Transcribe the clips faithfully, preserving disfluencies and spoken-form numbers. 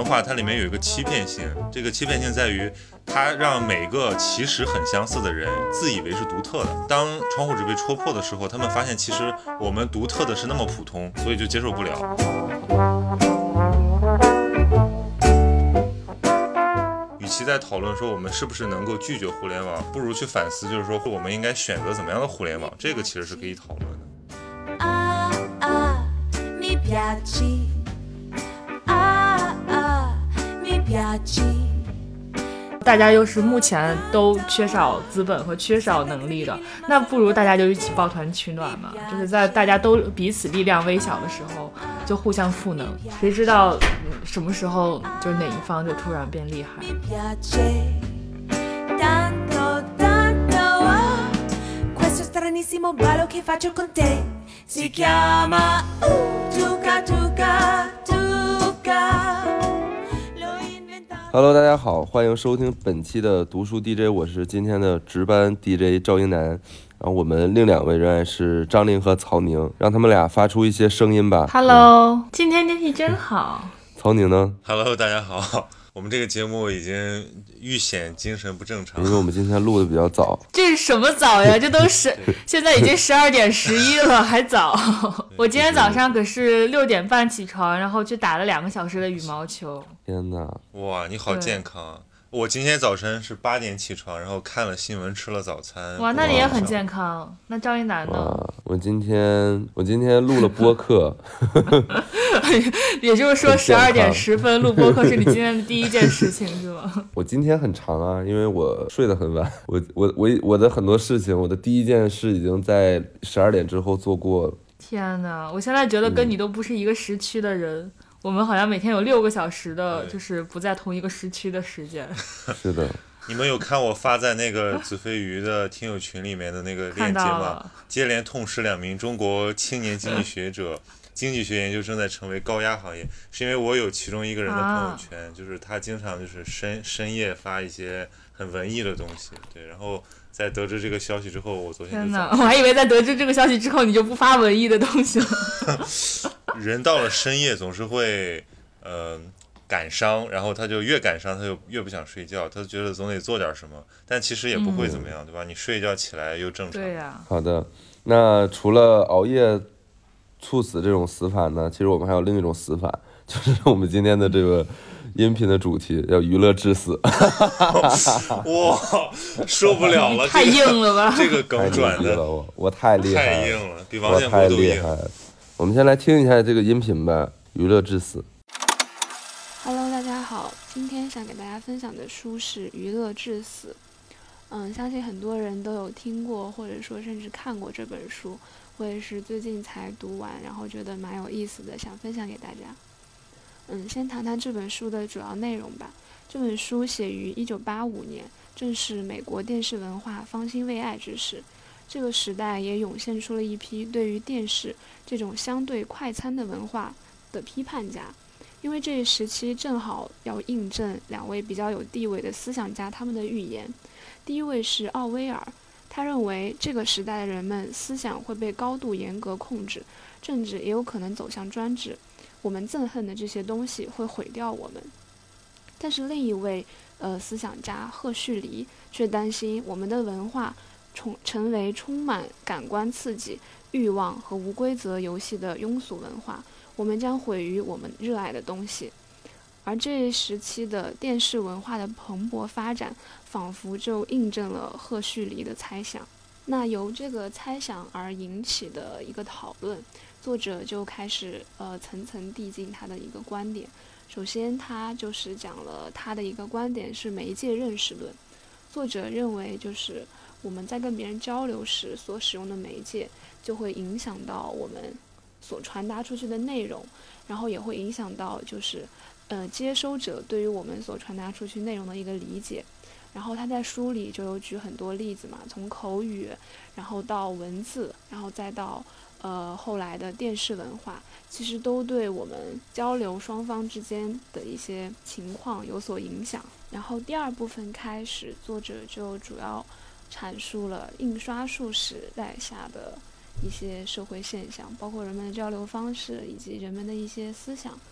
化它里面有一个欺骗性，这个欺骗性在于它让每个其实很相似的人自以为是独特的。当窗户纸被戳破的时候，他们发现其实我们独特的是那么普通，所以就接受不了。与其在讨论说我们是不是能够拒绝互联网，不如去反思，就是说我们应该选择怎么样的互联网，这个其实是可以讨论的。啊啊mi piaci啊啊mi piaci。 大家又是目前都缺少资本和缺少能力的，那不如大家就一起抱团取暖嘛，就是在大家都彼此力量微小的时候就互相赋能，谁知道什么时候就哪一方就突然变厉害。 Hello， 大家好，欢迎收听本期的读书 D J， 我是今天的值班 D J 赵英男，然后我们另两位仍然是张琳和曹宁，让他们俩发出一些声音吧。 Hello，、嗯、今天天气真好。 曹宁呢 ？Hello， 大家好。我们这个节目已经预显精神不正常， 因为我们今天录的比较早。 这是什么早呀？这都是现在已经十二点十一了，还早。我今天早上可是六点半起床，然后去打了两个小时的羽毛球。 天哪！ 哇，你好健康！我今天早晨是八点起床，然后看了新闻，吃了早餐。 哇，那你也很健康。那赵一楠呢？ 我今天我今天录了播客， 也就是说十二点十分录播客是你今天的第一件事情是吗？ 我今天很长啊，因为我睡得很晚。我我我我的很多事情，我的第一件事已经在十二点之后做过了。 天哪，我现在觉得跟你都不是一个时区的人。嗯，我们好像每天有六个小时的就是不在同一个时区的时间。 是的。 你们有看我发在那个子非鱼的听友群里面的那个链接吗？接连痛失两名中国青年经济学者，经济学研究正在成为高压行业，是因为我有其中一个人的朋友圈，啊、就是他经常就是深深夜发一些很文艺的东西，对，然后在得知这个消息之后，我昨天就天哪， 我还以为在得知这个消息之后你就不发文艺的东西了。 人到了深夜总是会呃感伤，然后他就越感伤他就越不想睡觉，他觉得总得做点什么，但其实也不会怎么样、嗯、对吧？你睡一觉起来又正常。 对呀、啊。 好的，那除了熬夜猝死这种死法呢，其实我们还有另一种死法，就是我们今天的这个音频的主题叫娱乐致死。 哇，受不了了， 太硬了吧？ 这个梗转的我我太厉害了， 太硬了，比王建国都硬。 我们先来听一下这个音频吧，娱乐致死。 Hello， 大家好，今天想给大家分享的书是《娱乐致死》。嗯，相信很多人都有听过，或者说甚至看过这本书。我也是最近才读完，然后觉得蛮有意思的，想分享给大家。嗯，先谈谈这本书的主要内容吧。这本书写于一九八五年，正是美国电视文化方兴未艾之时。这个时代也涌现出了一批对于电视这种相对快餐的文化的批判家。因为这一时期正好要印证两位比较有地位的思想家他们的预言。第一位是奥威尔，他认为这个时代的人们思想会被高度严格控制，政治也有可能走向专制，我们憎恨的这些东西会毁掉我们。但是另一位呃思想家赫胥黎却担心我们的文化成成为充满感官刺激、欲望和无规则游戏的庸俗文化，我们将毁于我们热爱的东西。而这一时期的电视文化的蓬勃发展，仿佛就印证了赫胥黎的猜想。那由这个猜想而引起的一个讨论，作者就开始呃层层递进他的一个观点。首先，他就是讲了他的一个观点是媒介认识论。作者认为，就是我们在跟别人交流时所使用的媒介，就会影响到我们所传达出去的内容，然后也会影响到就是呃接收者对于我们所传达出去内容的一个理解。然后他在书里就有举很多例子嘛，从口语，然后到文字，然后再到呃后来的电视文化，其实都对我们交流双方之间的一些情况有所影响。然后第二部分开始，作者就主要阐述了印刷术时代下的一些社会现象，包括人们的交流方式以及人们的一些思想。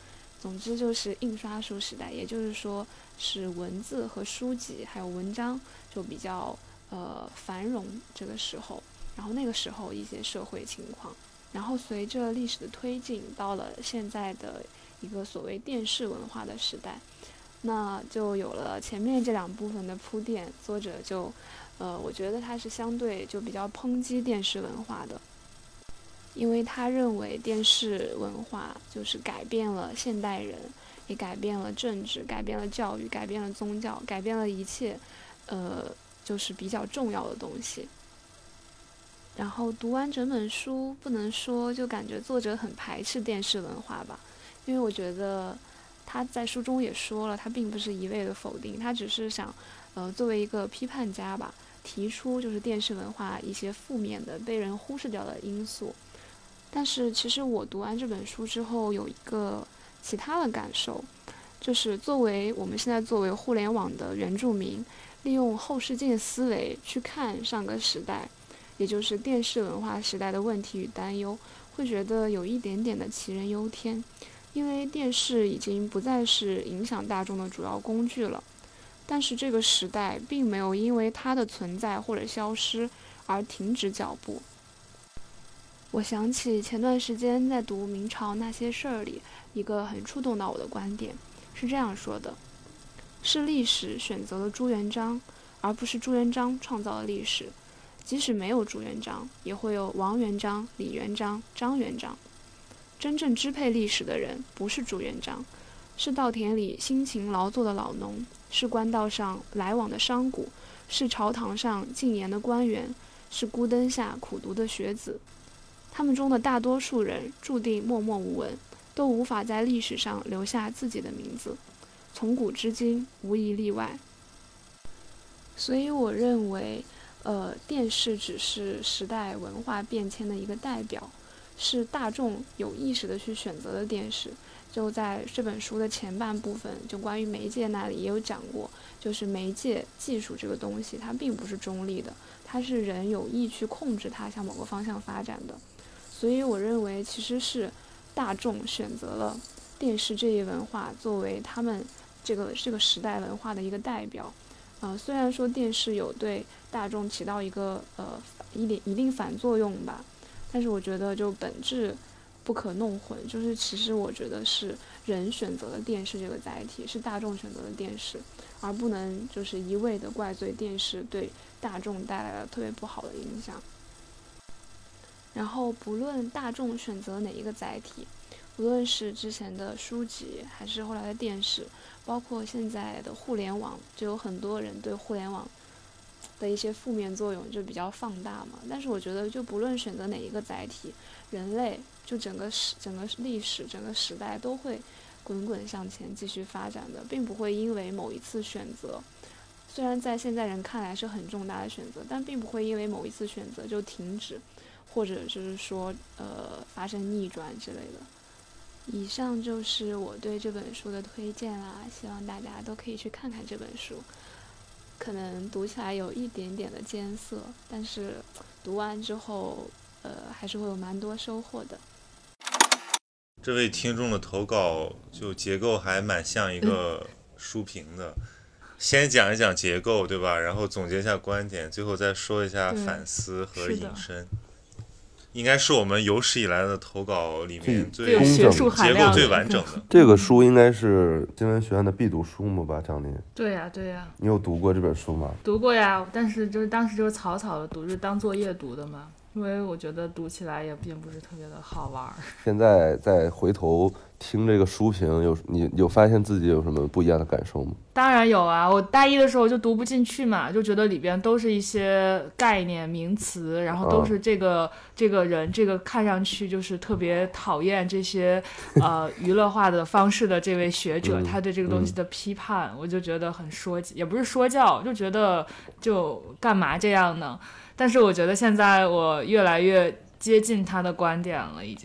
总之就是印刷术时代，也就是说是文字和书籍还有文章就比较呃繁荣这个时候，然后那个时候一些社会情况，然后随着历史的推进，到了现在的一个所谓电视文化的时代，那就有了前面这两部分的铺垫，作者就呃我觉得他是相对就比较抨击电视文化的，因为他认为电视文化就是改变了现代人，也改变了政治，改变了教育，改变了宗教，改变了一切呃就是比较重要的东西。然后读完整本书，不能说就感觉作者很排斥电视文化吧，因为我觉得他在书中也说了，他并不是一味的否定，他只是想呃作为一个批判家吧，提出就是电视文化一些负面的被人忽视掉的因素。但是其实我读完这本书之后有一个其他的感受，就是作为我们现在作为互联网的原住民，利用后视镜思维去看上个时代，也就是电视文化时代的问题与担忧，会觉得有一点点的杞人忧天，因为电视已经不再是影响大众的主要工具了。但是这个时代并没有因为它的存在或者消失而停止脚步。我想起前段时间在读《明朝那些事儿》里一个很触动到我的观点，是这样说的：是历史选择了朱元璋，而不是朱元璋创造了历史。即使没有朱元璋，也会有王元璋、李元璋、张元璋。真正支配历史的人不是朱元璋，是稻田里辛勤劳作的老农，是官道上来往的商贾，是朝堂上禁言的官员，是孤灯下苦读的学子。他们中的大多数人注定默默无闻，都无法在历史上留下自己的名字，从古至今无一例外。所以我认为呃，电视只是时代文化变迁的一个代表，是大众有意识的去选择的电视。就在这本书的前半部分，就关于媒介那里也有讲过，就是媒介技术这个东西它并不是中立的，它是人有意去控制它向某个方向发展的。所以我认为其实是大众选择了电视这一文化作为他们这个这个时代文化的一个代表。呃，虽然说电视有对大众起到一个呃一点一定反作用吧，但是我觉得就本质不可弄混，就是其实我觉得是人选择了电视这个载体，是大众选择了电视，而不能就是一味的怪罪电视对大众带来了特别不好的影响。然后不论大众选择哪一个载体，无论是之前的书籍还是后来的电视，包括现在的互联网，就有很多人对互联网的一些负面作用就比较放大嘛。但是我觉得就不论选择哪一个载体，人类就整个时整个历史整个时代都会滚滚向前继续发展的，并不会因为某一次选择，虽然在现在人看来是很重大的选择，但并不会因为某一次选择就停止，或者就是说呃发生逆转之类的。以上就是我对这本书的推荐啦，希望大家都可以去看看这本书。可能读起来有一点点的艰涩，但是读完之后呃还是会有蛮多收获的。 这位听众的投稿就结构还蛮像一个书评的、嗯、先讲一讲结构对吧，然后总结一下观点，最后再说一下反思和引申。应该是我们有史以来的投稿里面最学术结构最完整的。 这个书应该是新闻学院的必读书吗吧，张琳？ 对呀、啊、对呀、啊。 你有读过这本书吗？ 读过呀，但是就是当时就是草草的读，就是当作业读的嘛，因为我觉得读起来也并不是特别的好玩。 现在再回头听这个书评，有你有发现自己有什么不一样的感受吗？ 当然有啊，我大一的时候就读不进去嘛，就觉得里边都是一些概念名词，然后都是这个、哦、这个人这个看上去就是特别讨厌这些呃娱乐化的方式的这位学者、嗯、他对这个东西的批判、嗯、我就觉得很说也不是说教，就觉得就干嘛这样呢。但是我觉得现在我越来越接近他的观点了，已经他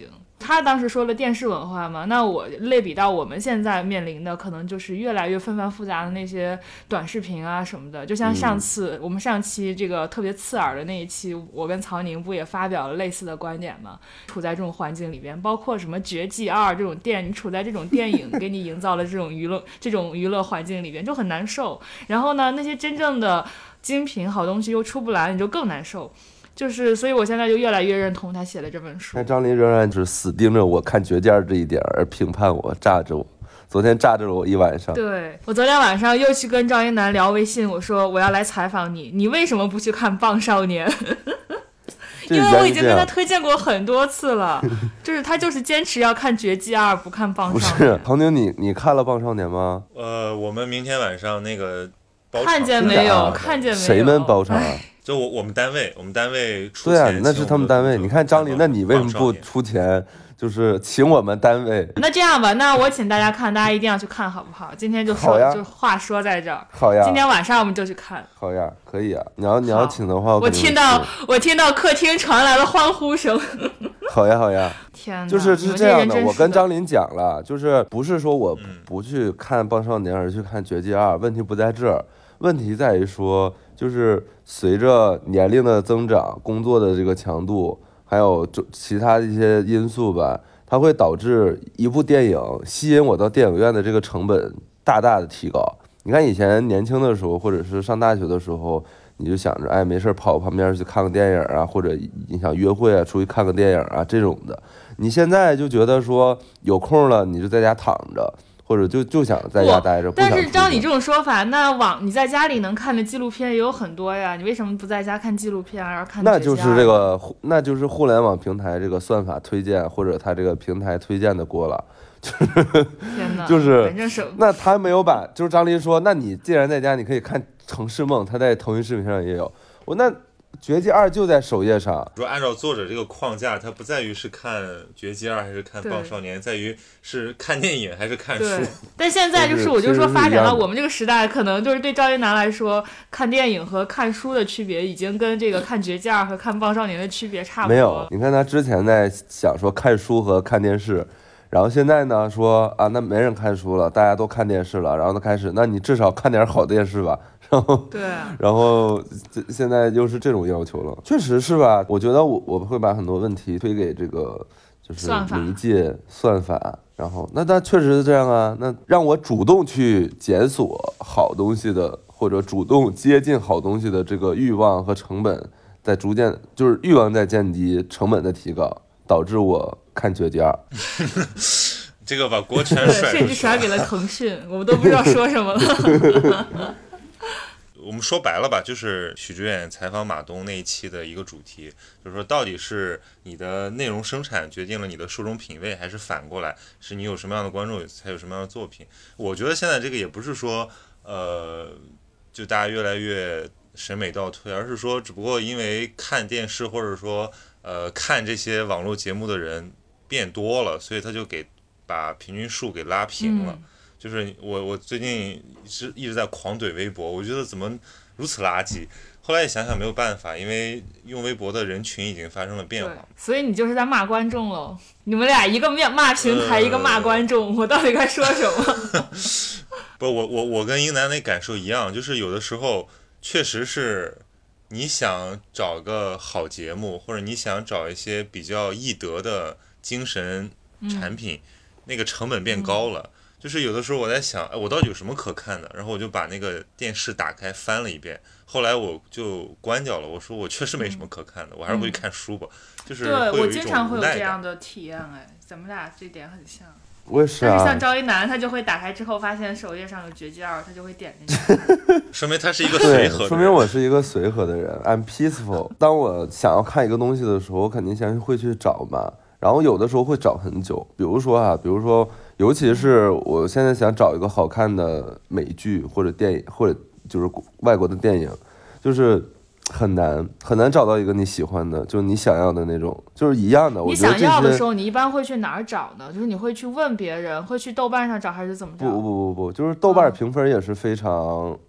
他当时说了电视文化嘛，那我类比到我们现在面临的可能就是越来越纷繁复杂的那些短视频啊什么的，就像上次、嗯、我们上期这个特别刺耳的那一期，我跟曹宁不也发表了类似的观点吗？处在这种环境里边，包括什么绝技二这种电，你处在这种电影给你营造了这种娱乐这种娱乐环境里边就很难受，然后呢那些真正的精品好东西又出不来，你就更难受。就是所以我现在就越来越认同他写的这本书。 但张琳仍然只死盯着我看绝件这一点而评判我，炸着我，昨天炸着了我一晚上。 对，我昨天晚上又去跟赵一楠聊微信，我说我要来采访你，你为什么不去看棒少年？因为我已经跟他推荐过很多次了，就是他就是坚持要看绝技二不看棒少年。 不是，唐宁，你你看了棒少年吗？ 呃，我们明天晚上那个包场看见没有？看见没有？ 谁们包场啊？ 就我我们单位，我们单位出钱。对啊，那是他们单位。你看张琳，那你为什么不出钱？就是请我们单位。 那这样吧，那我请大家看，大家一定要去看，好不好？今天就说，就话说在这儿。 好呀。 今天晚上我们就去看。 好呀，可以啊。你要你要请的话， 我, 我听到我听到客厅传来了欢呼声。 好呀好呀。 天哪！ 就是是这样的，我跟张琳讲了，就是不是说我不去看棒少年而去看绝技二，问题不在这儿，问题在于说，就是随着年龄的增长，工作的这个强度。还有其他的一些因素吧，它会导致一部电影吸引我到电影院的这个成本大大的提高。你看以前年轻的时候，或者是上大学的时候，你就想着，哎，没事跑旁边去看个电影啊，或者你想约会啊，出去看个电影啊这种的。你现在就觉得说有空了，你就在家躺着。或者就就想在家待着， 但是照你这种说法，那网你在家里能看的纪录片也有很多呀，你为什么不在家看纪录片而看？ 那就是这个，那就是互联网平台这个算法推荐，或者它这个平台推荐的锅了，就是天哪， 就是那他没有把，就是张琳说，那你既然在家，你可以看《城市梦》，他在腾讯视频上也有，我那。绝技二就在首页上。 说按照作者这个框架，它不在于是看绝技二还是看棒少年，在于是看电影还是看书。 但现在就是我就说发展到我们这个时代，可能就是对赵一楠来说，看电影和看书的区别已经跟这个看绝技二和看棒少年的区别差不多。 没有，你看他之前在想说看书和看电视。然后现在呢说啊，那没人看书了，大家都看电视了，然后他开始，那你至少看点好电视吧。然后对、啊， 然后现在又是这种要求了，确实是吧？我觉得我我会把很多问题推给这个就是媒介算法，然后那那确实是这样啊。那让我主动去检索好东西的，或者主动接近好东西的这个欲望和成本在逐渐就是欲望在降低，成本在提高，导致我看绝技二。 这个把锅全甩， 甚至甩给了腾讯，我们都不知道说什么了。 我们说白了吧，就是许知远采访马东那一期的一个主题，就是说到底是你的内容生产决定了你的受众品味，还是反过来是你有什么样的观众才有什么样的作品。我觉得现在这个也不是说呃就大家越来越审美倒退，而是说只不过因为看电视或者说呃看这些网络节目的人变多了，所以他就给把平均数给拉平了。嗯，就是我我最近是一直在狂怼微博，我觉得怎么如此垃圾。后来也想想没有办法，因为用微博的人群已经发生了变化。 所以你就是在骂观众了。你们俩一个骂平台，呃、一个骂观众，我到底该说什么？ 不，我我我跟英男那感受一样，就是有的时候确实是你想找个好节目，或者你想找一些比较易得的精神产品，嗯、那个成本变高了。嗯，就是有的时候我在想，哎，我到底有什么可看的？然后我就把那个电视打开翻了一遍，后来我就关掉了。我说我确实没什么可看的，嗯、我还是回去看书吧。就是会有一种无奈感。 对，我经常会有这样的体验，哎，咱们俩这点很像。 我也是啊。 但是像赵一楠，他就会打开之后发现首页上有绝技二，他就会点进去。 说明他是一个随和的人。 说明我是一个随和的人 ，I'm peaceful。当我想要看一个东西的时候，我肯定先会去找嘛。然后有的时候会找很久，比如说啊，比如说，尤其是我现在想找一个好看的美剧或者电影，或者就是外国的电影，就是很难很难找到一个你喜欢的，就是你想要的那种，就是一样的。 你想要的时候，你一般会去哪儿找呢？就是你会去问别人，会去豆瓣上找，还是怎么着？ 不不不不，就是豆瓣评分也是非常。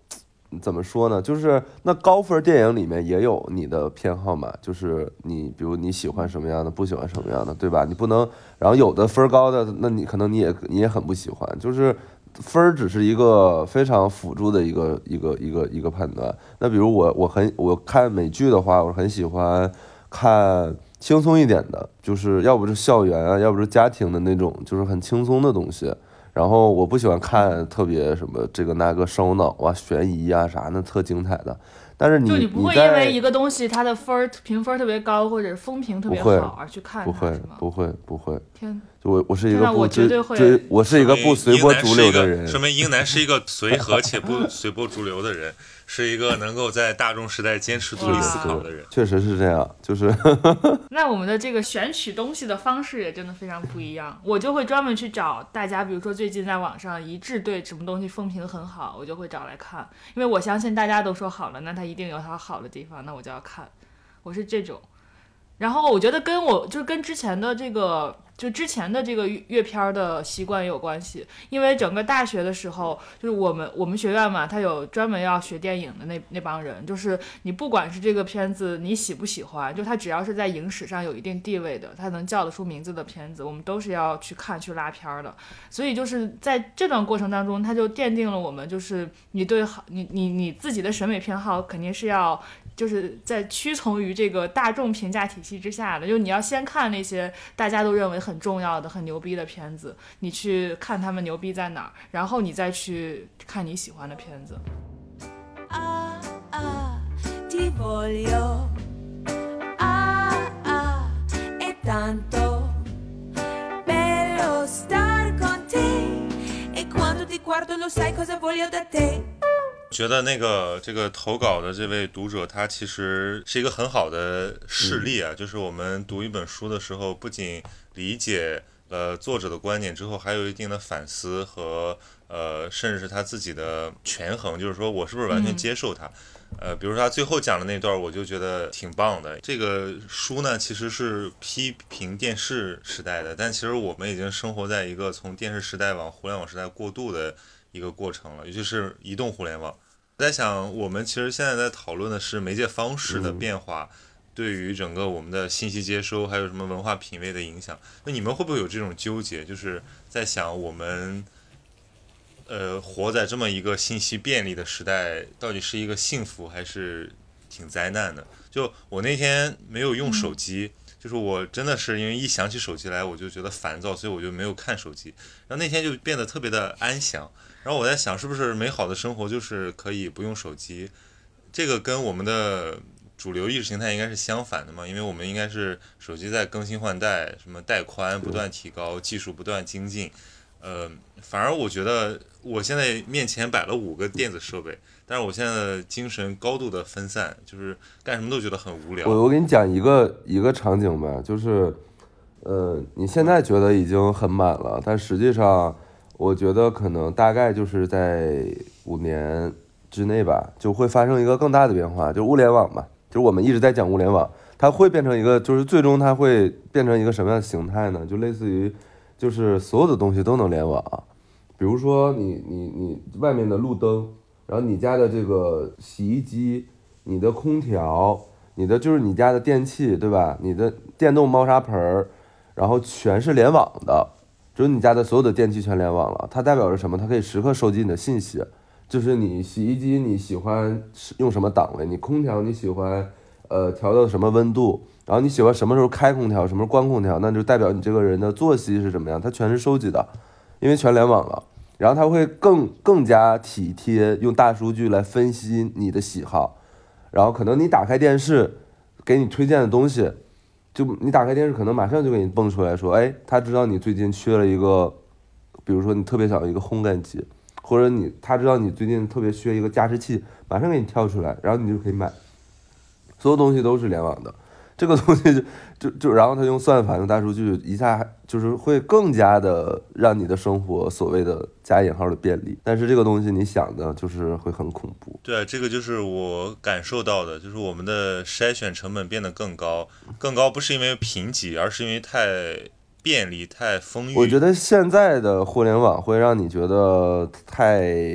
怎么说呢？就是那高分电影里面也有你的偏好嘛，就是你比如你喜欢什么样的，不喜欢什么样的，对吧？你不能，然后有的分高的，那你可能你也你也很不喜欢，就是分只是一个非常辅助的一个一个一个一个判断。那比如我我很我看美剧的话，我很喜欢看轻松一点的，就是要不是校园啊，要不是家庭的那种，就是很轻松的东西。然后我不喜欢看特别什么这个那个烧脑啊、悬疑啊啥的特精彩的，但是你就你不会因为一个东西它的分评分特别高或者风评特别好而去看它， 不会不会不会。 天， 就我我是一个不我绝对会追，我是一个不随波逐流的人。 说明英男是一个随和且不随波逐流的人，是一个能够在大众时代坚持独立思考的人。 确实是这样，就是那我们的这个选取东西的方式也真的非常不一样。我就会专门去找大家，比如说最近在网上一致对什么东西风评很好，我就会找来看，因为我相信大家都说好了，那它一定有它好的地方，那我就要看。我是这种。然后我觉得跟我就是跟之前的这个就之前的这个阅片的习惯也有关系，因为整个大学的时候，就是我们我们学院嘛，它有专门要学电影的那那帮人，就是你不管是这个片子你喜不喜欢，就它只要是在影史上有一定地位的，它能叫得出名字的片子，我们都是要去看去拉片的。所以就是在这段过程当中，它就奠定了我们就是你对好你你你自己的审美偏好肯定是要。就是在屈从于这个大众评价体系之下的，就你要先看那些大家都认为很重要的、很牛逼的片子，你去看他们牛逼在哪儿，然后你再去看你喜欢的片子。啊啊 ti voglio ah ah è tanto bello star con te e quando ti guardo lo sai cosa voglio da te。 觉得那个这个投稿的这位读者，他其实是一个很好的事例啊、嗯、就是我们读一本书的时候，不仅理解了作者的观点之后，还有一定的反思和呃，甚至是他自己的权衡，就是说我是不是完全接受他、嗯、呃，比如说他最后讲的那段，我就觉得挺棒的。这个书呢，其实是批评电视时代的，但其实我们已经生活在一个从电视时代往互联网时代过渡的一个过程了，尤其是移动互联网。我在想，我们其实现在在讨论的是媒介方式的变化、嗯、对于整个我们的信息接收还有什么文化品味的影响。那你们会不会有这种纠结，就是在想我们呃活在这么一个信息便利的时代，到底是一个幸福还是挺灾难的？就我那天没有用手机、嗯、就是我真的是因为一想起手机来我就觉得烦躁，所以我就没有看手机，然后那天就变得特别的安详。然后我在想，是不是美好的生活就是可以不用手机？这个跟我们的主流意识形态应该是相反的嘛，因为我们应该是手机在更新换代，什么带宽不断提高，技术不断精进。呃，反而我觉得我现在面前摆了五个电子设备，但是我现在的精神高度的分散，就是干什么都觉得很无聊。 我我给你讲一个一个场景吧，就是，呃，你现在觉得已经很满了，但实际上。我觉得可能大概就是在五年之内吧，就会发生一个更大的变化，就是物联网嘛，就是我们一直在讲物联网，它会变成一个，就是最终它会变成一个什么样的形态呢？就类似于，就是所有的东西都能联网，比如说你你你外面的路灯，然后你家的这个洗衣机、你的空调、你的就是你家的电器，对吧？你的电动猫砂盆，然后全是联网的。就是你家的所有的电器全联网了，它代表着什么？它可以时刻收集你的信息，就是你洗衣机你喜欢用什么档位，你空调你喜欢呃调到什么温度，然后你喜欢什么时候开空调，什么时候关空调，那就代表你这个人的作息是怎么样，它全是收集的，因为全联网了。然后它会更更加体贴，用大数据来分析你的喜好，然后可能你打开电视，给你推荐的东西。就你打开电视，可能马上就给你蹦出来说，哎，他知道你最近缺了一个，比如说你特别想要一个烘干机，或者你他知道你最近特别缺一个加湿器，马上给你跳出来，然后你就可以买。所有东西都是联网的，这个东西就就就，然后他用算法用大数据一下就是会更加的让你的生活所谓的加引号的便利，但是这个东西你想的就是会很恐怖。 对，这个就是我感受到的，就是我们的筛选成本变得更高，更高不是因为贫瘠，而是因为太便利、太丰裕。 我觉得现在的互联网会让你觉得太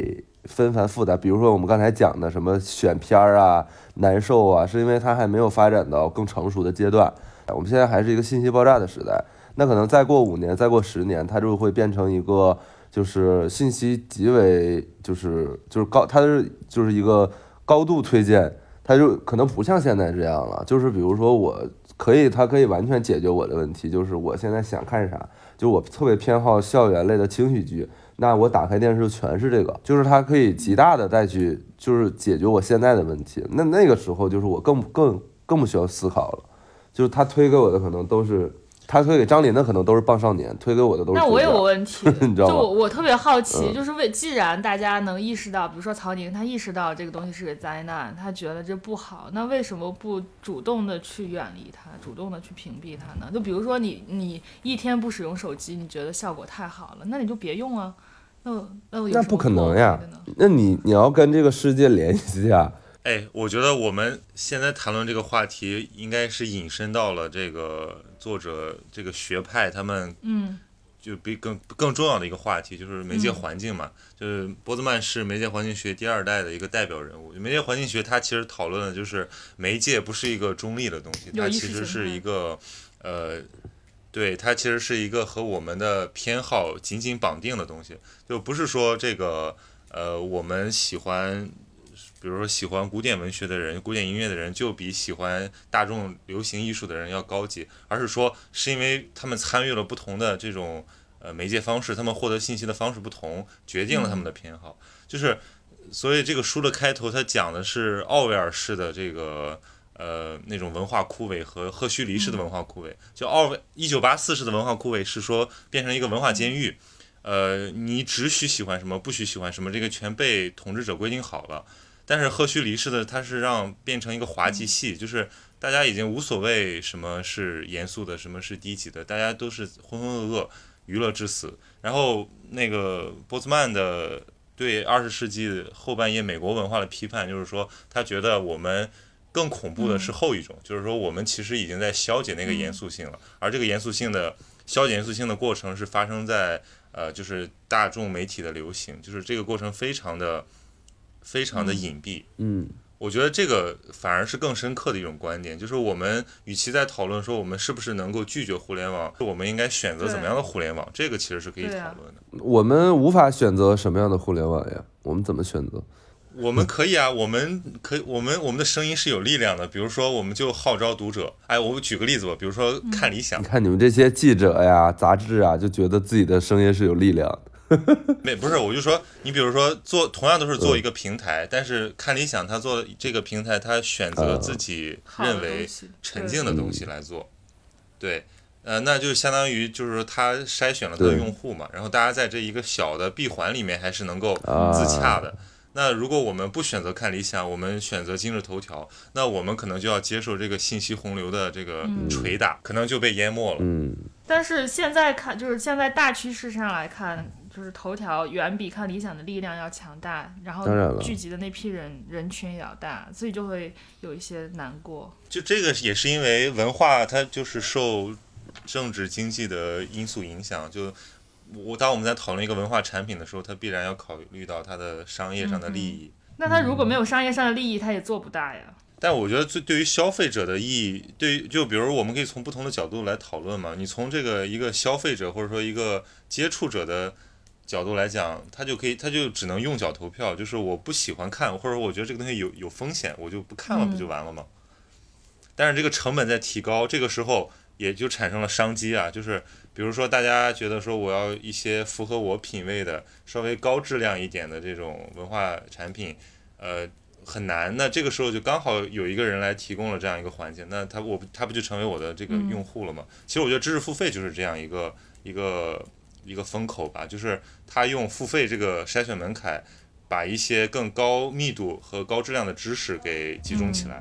纷繁复杂。比如说我们刚才讲的什么选片儿啊、难受啊，是因为它还没有发展到更成熟的阶段。我们现在还是一个信息爆炸的时代，那可能再过五年、再过十年，它就会变成一个就是信息极为就是就是高，它是就是一个高度推荐，它就可能不像现在这样了。就是比如说我可以，它可以完全解决我的问题，就是我现在想看啥，就我特别偏好校园类的轻喜剧，那我打开电视全是这个，就是它可以极大的再去就是解决我现在的问题。那那个时候就是我更更更不需要思考了。就是他推给我的可能都是，他推给张琳的可能都是棒少年，推给我的都是。 那我有个问题， 你知道吗？ 就我我特别好奇，嗯、就是为既然大家能意识到，比如说曹宁他意识到这个东西是个灾难，他觉得这不好，那为什么不主动的去远离它，主动的去屏蔽它呢？就比如说你你一天不使用手机，你觉得效果太好了，那你就别用啊。那那有那不可能呀，那你你要跟这个世界联系呀。 哎，我觉得我们现在谈论这个话题，应该是引申到了这个作者这个学派他们， 嗯， 就比更更重要的一个话题，就是媒介环境嘛。嗯、就是波兹曼是媒介环境学第二代的一个代表人物。媒介环境学它其实讨论的就是媒介不是一个中立的东西，它其实是一个呃，对，它其实是一个和我们的偏好紧紧绑定的东西，就不是说这个呃我们喜欢。比如说喜欢古典文学的人、古典音乐的人就比喜欢大众流行艺术的人要高级，而是说是因为他们参与了不同的这种呃媒介方式，他们获得信息的方式不同，决定了他们的偏好。嗯、就是所以这个书的开头，它讲的是奥威尔式的这个呃那种文化枯萎和赫胥黎式的文化枯萎。就奥威一九八四式的文化枯萎是说变成一个文化监狱，呃，你只许喜欢什么，不许喜欢什么，这个全被统治者规定好了。但是赫胥黎式的，它是让变成一个滑稽戏，就是大家已经无所谓什么是严肃的，什么是低级的，大家都是浑浑噩噩，娱乐至死。然后那个波兹曼的对二十世纪后半叶美国文化的批判，就是说他觉得我们更恐怖的是后一种，嗯、就是说我们其实已经在消解那个严肃性了，而这个严肃性的消解严肃性的过程是发生在呃，就是大众媒体的流行，就是这个过程非常的。非常的隐蔽， 嗯， 我觉得这个反而是更深刻的一种观点，就是我们与其在讨论说我们是不是能够拒绝互联网，我们应该选择怎么样的互联网，这个其实是可以讨论的。 我们无法选择什么样的互联网呀？我们怎么选择？ 我们可以啊，我们可以，我们我们的声音是有力量的。比如说，我们就号召读者。哎，我举个例子吧，比如说看理想。 嗯、你看你们这些记者呀、杂志啊，就觉得自己的声音是有力量的。 没不是，我就说，你比如说做同样都是做一个平台，嗯、但是看理想他做这个平台，他选择自己认为沉静的东西来做，对，呃，那就相当于就是说他筛选了他的用户嘛，然后大家在这一个小的闭环里面还是能够自洽的。啊、那如果我们不选择看理想，我们选择今日头条，那我们可能就要接受这个信息洪流的这个捶打，嗯、可能就被淹没了。 嗯。 但是现在看，就是现在大趋势上来看，就是头条远比看理想的力量要强大，然后聚集的那批人人群也要大，所以就会有一些难过。 就这个也是因为文化它就是受政治经济的因素影响，就我当我们在讨论一个文化产品的时候，它必然要考虑到它的商业上的利益。 嗯、那它如果没有商业上的利益，它也做不大呀。 但我觉得最对于消费者的意义，对于就比如我们可以从不同的角度来讨论嘛。你从这个一个消费者或者说一个接触者的角度来讲，他就可以他就只能用脚投票，就是我不喜欢看，或者我觉得这个东西有有风险，我就不看了，不就完了吗？嗯、但是这个成本在提高，这个时候也就产生了商机啊，就是比如说大家觉得说我要一些符合我品味的稍微高质量一点的这种文化产品，呃。很难，那这个时候就刚好有一个人来提供了这样一个环境，那他我他不就成为我的这个用户了吗？嗯、其实我觉得知识付费就是这样一个一个一个风口吧，就是他用付费这个筛选门槛，把一些更高密度和高质量的知识给集中起来。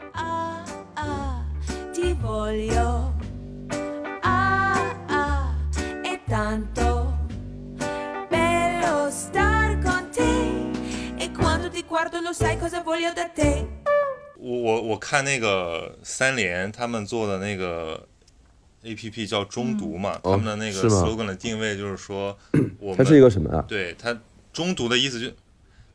我我我看那个三联他们做的那个 A P P 叫中读嘛，嗯、他们的那个 slogan 的定位就是说，我们它是一个什么啊？ 对它中读的意思就，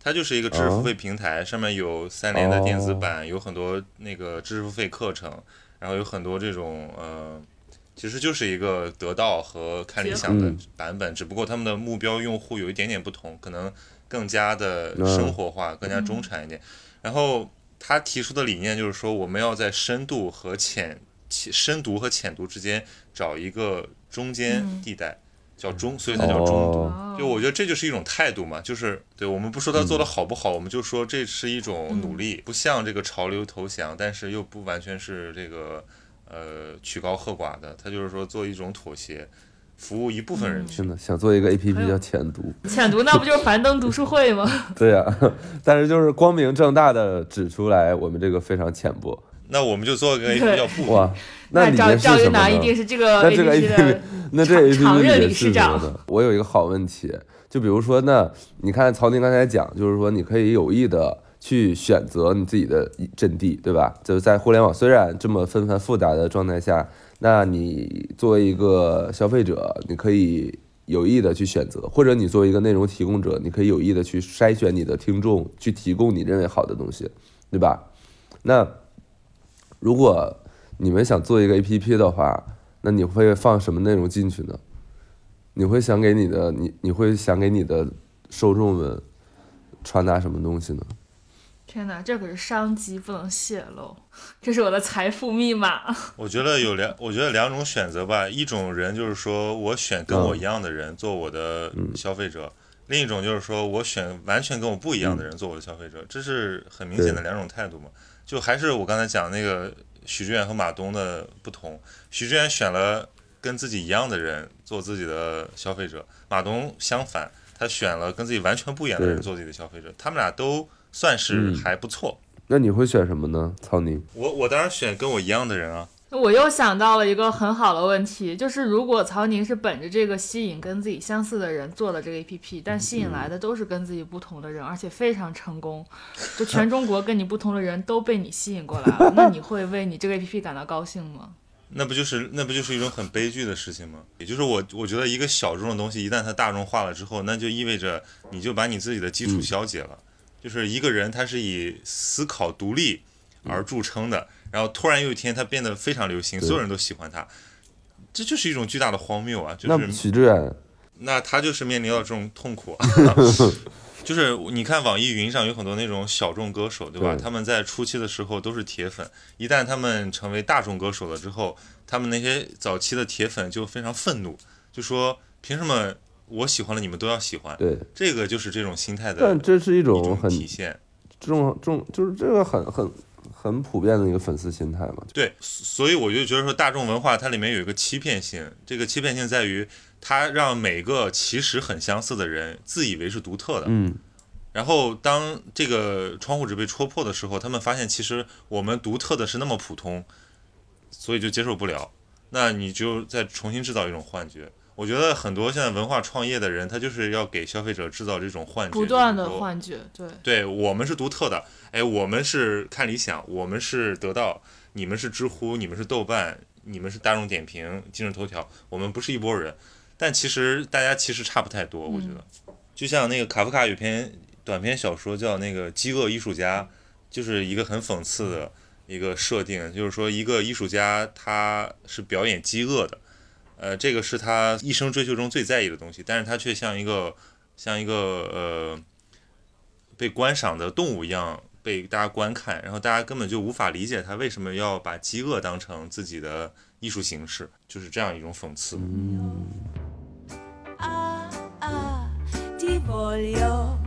它就是一个知识付费平台，哦、上面有三联的电子版，哦、有很多那个知识付费课程，然后有很多这种呃，其实就是一个得到和看理想的版本，嗯、只不过他们的目标用户有一点点不同，可能更加的生活化，嗯、更加中产一点。然后他提出的理念就是说，我们要在深度和浅深读和浅读之间找一个中间地带。嗯叫中，所以它叫中读。哦、就我觉得这就是一种态度嘛，就是对我们不说它做的好不好，嗯、我们就说这是一种努力，嗯、不向这个潮流投降，但是又不完全是这个呃曲高和寡的，它就是说做一种妥协，服务一部分人群。 真的想做一个 A P P 叫浅读， 浅读那不就是樊登读书会吗？ 对呀、啊，但是就是光明正大的指出来，我们这个非常浅薄。 那我们就做一个 A P P 叫不哇，那里面是什么呢？ 一定是这个 A P P 的那这 A P P 常任理事长呢？我有一个好问题，就比如说，那你看曹宁刚才讲，就是说你可以有意的去选择你自己的阵地，对吧？就是在互联网虽然这么纷繁复杂的状态下，那你作为一个消费者，你可以有意的去选择，或者你作为一个内容提供者，你可以有意的去筛选你的听众，去提供你认为好的东西，对吧？那如果你们想做一个 A P P 的话，那你会放什么内容进去呢？你会想给你的你你会想给你的受众们传达什么东西呢？ 天哪，这可是商机，不能泄露，这是我的财富密码。 我觉得有两，我觉得两种选择吧，一种人就是说我选跟我一样的人做我的消费者，嗯、另一种就是说我选完全跟我不一样的人做我的消费者，嗯、这是很明显的两种态度嘛。就还是我刚才讲那个许知远和马东的不同，许知远选了跟自己一样的人做自己的消费者，马东相反，他选了跟自己完全不一样的人做自己的消费者，他们俩都算是还不错。 嗯、那你会选什么呢，曹宁？ 我我当然选跟我一样的人啊。 我又想到了一个很好的问题，就是如果曹宁是本着这个吸引跟自己相似的人做了这个 A P P， 但吸引来的都是跟自己不同的人，而且非常成功，就全中国跟你不同的人都被你吸引过来了，那你会为你这个 A P P 感到高兴吗？ 那不就是那不就是一种很悲剧的事情吗？也就是我我觉得一个小众的东西一旦它大众化了之后，那就意味着你就把你自己的基础消解了。嗯、就是一个人他是以思考独立而著称的。然后突然有一天他变得非常流行，所有人都喜欢他，这就是一种巨大的荒谬啊！就是那许知远， 那他就是面临到这种痛苦、啊，就是你看网易云上有很多那种小众歌手，对吧？对，他们在初期的时候都是铁粉，一旦他们成为大众歌手了之后，他们那些早期的铁粉就非常愤怒，就说凭什么我喜欢了你们都要喜欢？ 对， 这个就是这种心态的， 但这是一种很体现， 这种这种就是这个很很。很普遍的一个粉丝心态嘛。 对，所以我就觉得说大众文化它里面有一个欺骗性，这个欺骗性在于它让每个其实很相似的人自以为是独特的。 嗯。 然后当这个窗户纸被戳破的时候，他们发现其实我们独特的是那么普通，所以就接受不了。那你就再重新制造一种幻觉。我觉得很多现在文化创业的人，他就是要给消费者制造这种幻觉， 不断的幻觉，对， 对我们是独特的，哎，我们是看理想，我们是得到，你们是知乎，你们是豆瓣，你们是大众点评、今日头条，我们不是一拨人，但其实大家其实差不太多，我觉得，嗯、就像那个卡夫卡有篇短篇小说叫那个《饥饿艺术家》，就是一个很讽刺的一个设定，就是说一个艺术家他是表演饥饿的。呃，这个是他一生追求中最在意的东西，但是他却像一个像一个呃被观赏的动物一样被大家观看，然后大家根本就无法理解他为什么要把饥饿当成自己的艺术形式，就是这样一种讽刺。 嗯啊啊ti voglio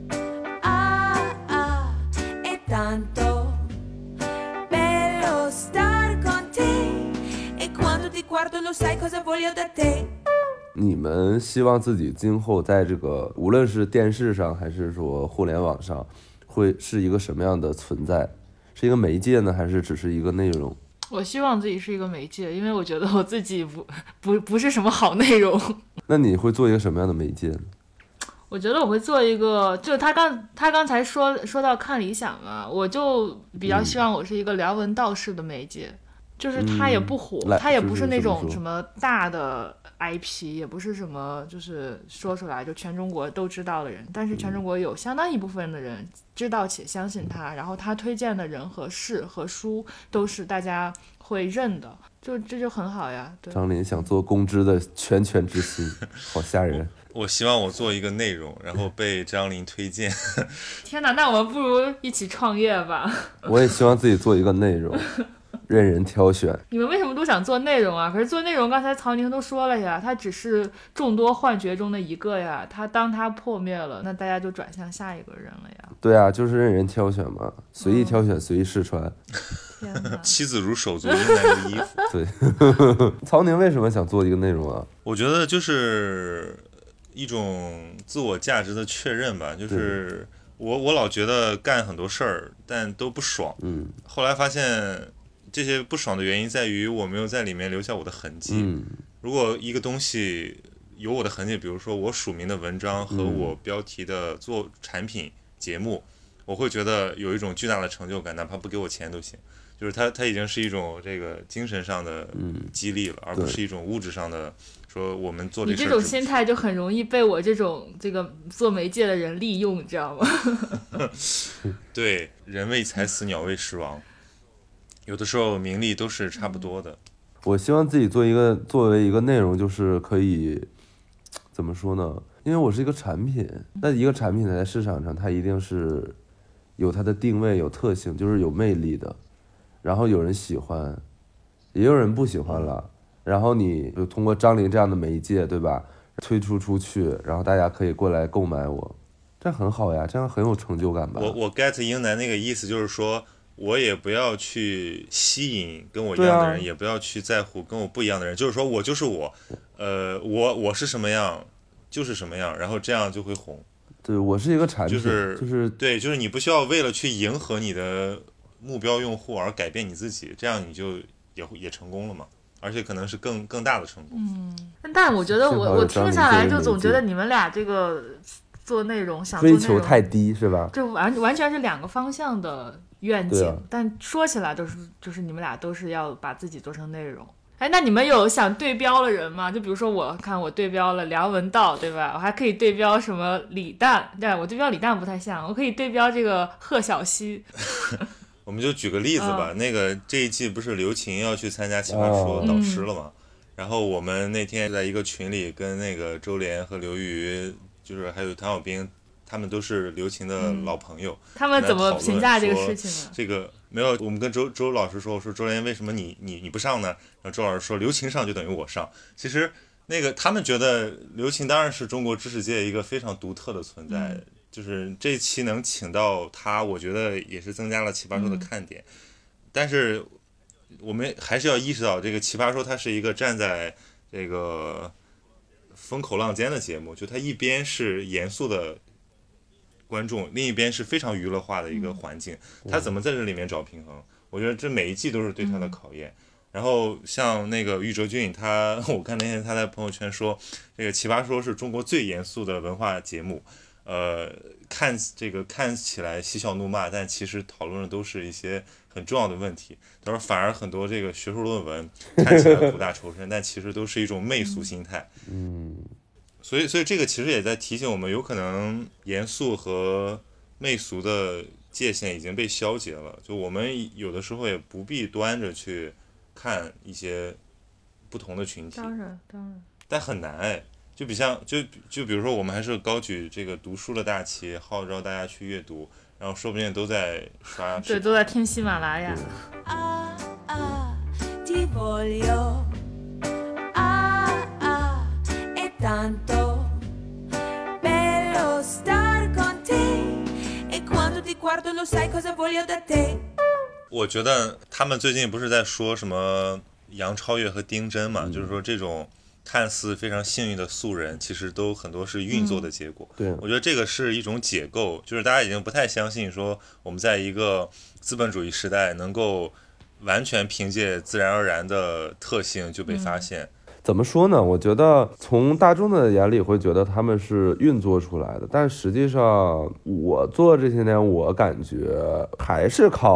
ah ah e tanto bello star con te e quando ti guardo lo sai cosa voglio da te。 你们希望自己今后在这个无论是电视上还是说互联网上会是一个什么样的存在？是一个媒介呢，还是只是一个内容？ 我希望自己是一个媒介，因为我觉得我自己不不不是什么好内容。 那你会做一个什么样的媒介呢？ 我觉得我会做一个，就他刚他刚才说说到看理想嘛，我就比较希望我是一个梁文道式的媒介，嗯、 就是他也不火， 嗯、 他也不是那种就是什么大的 I P， 也不是什么就是说出来就全中国都知道的人，但是全中国有相当一部分的人知道且相信他，然后他推荐的人和事和书都是大家会认的，就这就很好呀。对， 张琳想做公知的拳拳之心，好吓人。 我希望我做一个内容，然后被张琳推荐。 天哪，那我们不如一起创业吧。 我也希望自己做一个内容。任人挑选。 你们为什么都想做内容啊？可是做内容，刚才曹宁都说了呀，它只是众多幻觉中的一个呀。它当它破灭了，那大家就转向下一个人了呀。 对啊，就是任人挑选嘛，随意挑选，随意试穿。 天哪！ 妻子如手足，衣难如衣服。 对。曹宁为什么想做一个内容啊？ 我觉得就是一种自我价值的确认吧，就是我我老觉得干很多事儿，但都不爽。 嗯。 后来发现。这些不爽的原因在于我没有在里面留下我的痕迹。 嗯， 如果一个东西有我的痕迹，比如说我署名的文章和我标题的做产品节目，嗯、我会觉得有一种巨大的成就感，哪怕不给我钱都行。就是它它已经是一种这个精神上的激励了，嗯、而不是一种物质上的说我们做这事儿。 你这种心态就很容易被我这种这个做媒介的人利用，你知道吗？ 对，人为财死，鸟为食亡。有的时候名利都是差不多的。 我希望自己做一个作为一个内容，就是可以怎么说呢？因为我是一个产品，那一个产品在市场上，它一定是有它的定位、有特性，就是有魅力的。然后有人喜欢，也有人不喜欢了。然后你就通过张琳这样的媒介，对吧？推出出去，然后大家可以过来购买我，这很好呀，这样很有成就感吧？ 我我 get 英男那个意思就是说。我也不要去吸引跟我一样的人，啊、也不要去在乎跟我不一样的人，就是说我就是我，呃，我我是什么样就是什么样，然后这样就会红。 对，我是一个产品， 就是就是对，就是你不需要为了去迎合你的目标用户而改变你自己，这样你就也也成功了嘛，而且可能是更更大的成功。 嗯，但我觉得我我听下来就总觉得你们俩这个做内容想做追求太低是吧？ 就完完全是两个方向的。愿景， 啊、 但说起来都是就是你们俩都是要把自己做成内容。哎，那你们有想对标的人吗？就比如说我看我对标了梁文道，对吧？我还可以对标什么李诞，对，我对标李诞不太像，我可以对标这个贺小西。 我们就举个例子吧，嗯、那个这一季不是刘琴要去参加奇葩说导师了吗？哦、然后我们那天在一个群里跟那个周连和刘瑜，就是还有唐小兵。他们都是刘琴的老朋友、嗯， 他们怎么评价这个事情呢？ 这个没有，我们跟周周老师说，我说周连为什么你你你不上呢？然后周老师说刘琴上就等于我上。其实那个他们觉得刘琴当然是中国知识界一个非常独特的存在，嗯、就是这期能请到他，我觉得也是增加了奇葩说的看点。嗯、但是我们还是要意识到，这个奇葩说它是一个站在这个风口浪尖的节目，就它一边是严肃的。观众另一边是非常娱乐化的一个环境，他怎么在这里面找平衡？我觉得这每一季都是对他的考验。然后像那个于哲俊，他我看那天他在朋友圈说，这个奇葩说是中国最严肃的文化节目，呃，看这个看起来嬉笑怒骂，但其实讨论的都是一些很重要的问题。他说反而很多这个学术论文看起来苦大仇深，但其实都是一种媚俗心态。 嗯。 所以，所以这个其实也在提醒我们，有可能严肃和媚俗的界限已经被消解了。就我们有的时候也不必端着去看一些不同的群体。 当然，当然。 但很难哎，就比像就就比如说，我们还是高举这个读书的大旗，号召大家去阅读，然后说不定都在刷。 对，都在听喜马拉雅。 啊啊，ti voglio tanto bello star con te e quando ti guardo lo sai cosa voglio da te。 我觉得他们最近不是在说什么杨超越和丁真嘛、嗯、就是说这种看似非常幸运的素人其实都很多是运作的结果、 嗯、对， 我觉得这个是一种解构，就是大家已经不太相信说我们在一个资本主义时代能够完全凭借自然而然的特性就被发现、嗯， 怎么说呢？我觉得从大众的眼里会觉得他们是运作出来的，但实际上我做这些年，我感觉还是靠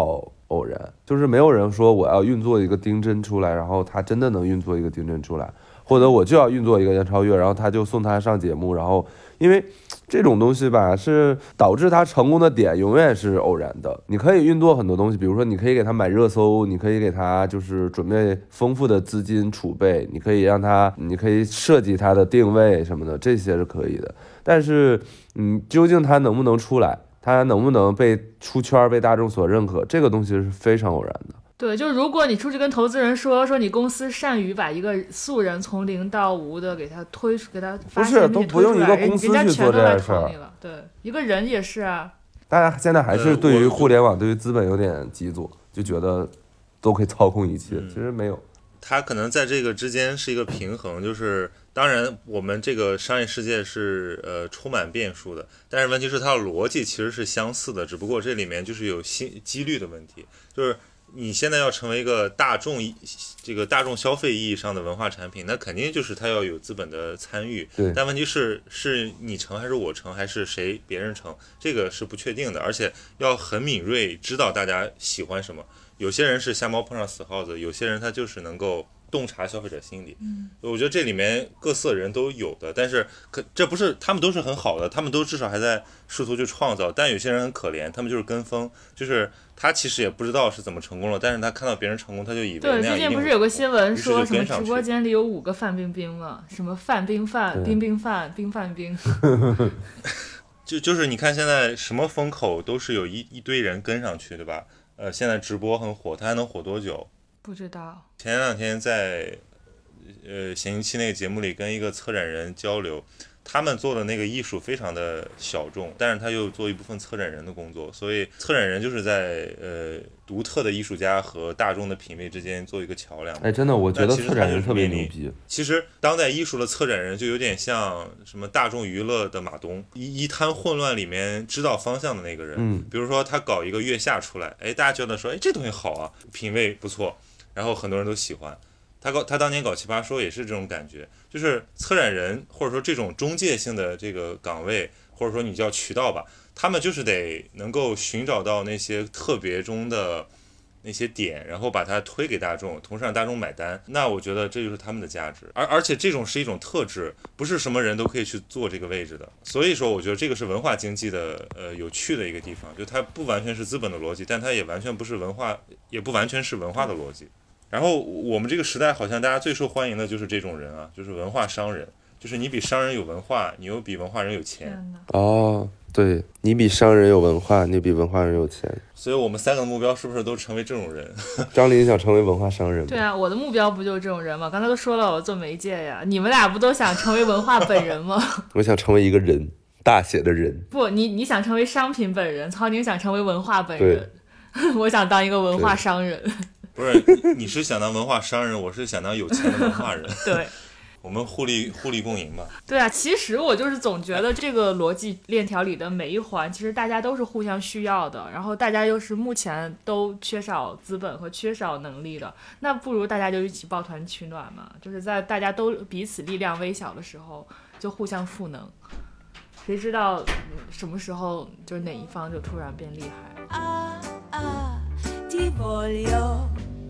偶然，就是没有人说我要运作一个丁真出来，然后他真的能运作一个丁真出来，或者我就要运作一个杨超越，然后他就送他上节目，然后因为这种东西吧，是导致他成功的点永远是偶然的。你可以运作很多东西，比如说你可以给他买热搜，你可以给他就是准备丰富的资金储备，你可以让他，你可以设计他的定位什么的，这些是可以的。但是，嗯，究竟他能不能出来，他能不能被出圈、被大众所认可，这个东西是非常偶然的。 对，就如果你出去跟投资人说说你公司善于把一个素人从零到无的给他推给他发现， 不是都不用一个公司去做这件事儿。 对，一个人也是啊。 大家现在还是对于互联网、对于资本有点极左，就觉得都可以操控一切， 嗯、 其实没有。 他可能在这个之间是一个平衡，就是当然我们这个商业世界是呃充满变数的，但是问题是它的逻辑其实是相似的，只不过这里面就是有新几率的问题，就是你现在要成为一个大众这个大众消费意义上的文化产品，那肯定就是它要有资本的参与，但问题是是你成还是我成还是谁别人成，这个是不确定的，而且要很敏锐，知道大家喜欢什么。有些人是瞎猫碰上死耗子，有些人他就是能够洞察消费者心理。嗯，我觉得这里面各色人都有的，但是可这不是他们都是很好的，他们都至少还在试图去创造。但有些人很可怜，他们就是跟风，就是他其实也不知道是怎么成功了，但是他看到别人成功，他就以为那样一定会成功。对，最近不是有个新闻说什么直播间里有五个范冰冰吗？什么范冰范、冰冰范、冰范冰。 就就是你看现在什么风口都是有一一堆人跟上去，对吧？呃，现在直播很火，它还能火多久？ 不知道。 前两天在呃闲鱼期那个节目里跟一个策展人交流，他们做的那个艺术非常的小众，但是他又做一部分策展人的工作，所以策展人就是在呃独特的艺术家和大众的品味之间做一个桥梁。 哎，真的，我觉得策展人特别牛逼。 其实当代艺术的策展人就有点像什么大众娱乐的马东，一一滩混乱里面知道方向的那个人。 嗯， 比如说他搞一个月下出来，哎，大家觉得说，哎，这东西好啊，品味不错，然后很多人都喜欢。他搞他当年搞奇葩说也是这种感觉，就是策展人或者说这种中介性的这个岗位，或者说你叫渠道吧，他们就是得能够寻找到那些特别中的那些点，然后把它推给大众，同时让大众买单。那我觉得这就是他们的价值，而而且这种是一种特质，不是什么人都可以去做这个位置的。所以说，我觉得这个是文化经济的呃有趣的一个地方，就它不完全是资本的逻辑，但它也完全不是文化，也不完全是文化的逻辑。然后我们这个时代好像大家最受欢迎的就是这种人啊，就是文化商人，就是你比商人有文化，你又比文化人有钱。 哦，对，你比商人有文化，你比文化人有钱。 所以我们三个目标是不是都成为这种人？ 张琳想成为文化商人吗？ 对啊，我的目标不就是这种人吗？刚才都说了，我做媒介呀。你们俩不都想成为文化本人吗？ 我想成为一个人，大写的人。 不，你你想成为商品本人，曹宁想成为文化本人。我想当一个文化商人。 不是，你是想当文化商人，我是想当有钱的文化人。 对， 我们互利互利共赢吧。 对啊，其实我就是总觉得这个逻辑链条里的每一环，其实大家都是互相需要的，然后大家又是目前都缺少资本和缺少能力的，那不如大家就一起抱团取暖嘛，就是在大家都彼此力量微小的时候，就互相赋能。谁知道什么时候就是哪一方就突然变厉害。啊啊 ti voglio,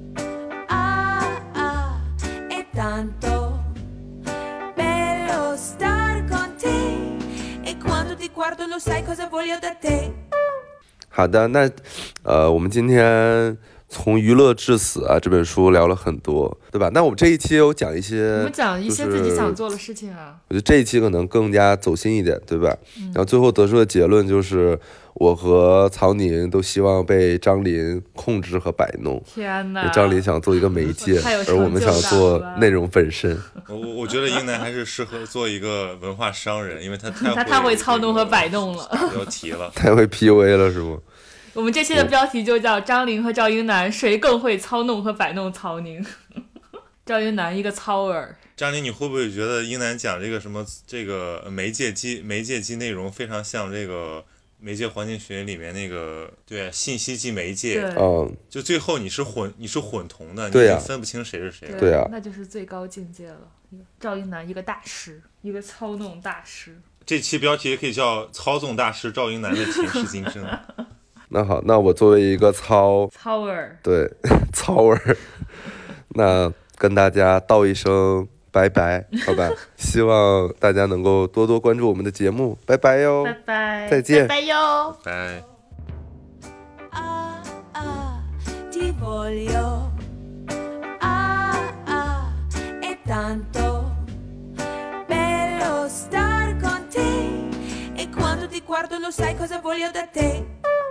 ah ah, è tanto bello star con te, e quando ti guardo lo sai cosa voglio da te。 好的，那呃，我们今天从娱乐至死啊这本书聊了很多，对吧？那我们这一期有讲一些， 我们讲一些自己想做的事情啊。 我觉得这一期可能更加走心一点，对吧？嗯、然后最后得出的结论就是。我和曹宁都希望被张琳控制和摆弄。 天哪！ 张琳想做一个媒介，而我们想做内容本身。 我我觉得英男还是适合做一个文化商人，因为他太会他太会操弄和摆弄了。 标题了， 太会 P U A 了，是吗？ 我们这期的标题就叫张琳和赵英男谁更会操弄和摆弄曹宁。赵英男一个操儿。 张琳，你会不会觉得英男讲这个什么这个媒介机媒介机内容非常像这个？媒介环境学里面那个对、啊、信息即媒介， 嗯， 就最后你是混你是混同的， 对啊、 你分不清谁是谁， 对啊， 那就是最高境界了。赵英男一个大师，一个操弄大师。 这期标题也可以叫操纵大师赵英男的前世今生。 那好，那我作为一个糙糙味儿， 对糙味儿，那跟大家道一声拜拜，好吧？希望大家能够多多关注我们的节目，拜拜哟， 拜拜， 再见， 拜拜哟， 拜。 Ah, ah, ti voglio. Ah, ah, è tanto bello star con te. E quando ti guardo lo sai cosa voglio da te.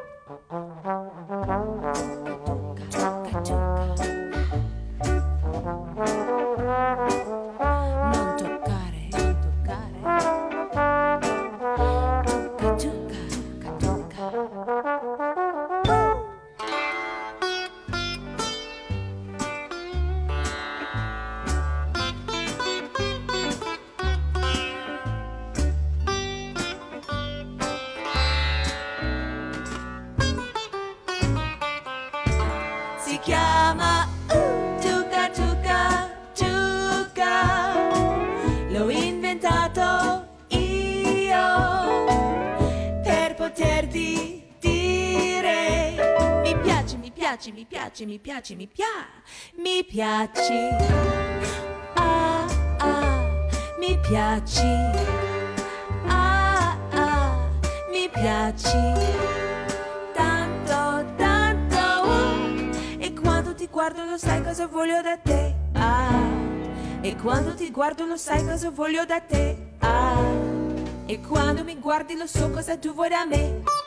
Non toccare, non toccare. Tocca, tocca, tocca. Si chiama uh, Tuca Tuca Tuca. L'ho inventato io per poterti dire mi piaci, mi piaci, mi piaci, mi piaci, mi piaci, mi piaci. Ah ah, mi piaci. Ah ah, mi piaci. Tanto, tanto. Oh. E quando ti guardo lo sai cosa voglio da te. Ah. E quando ti guardo lo sai cosa voglio da te. Ah. E quando mi guardi lo so cosa tu vuoi da me.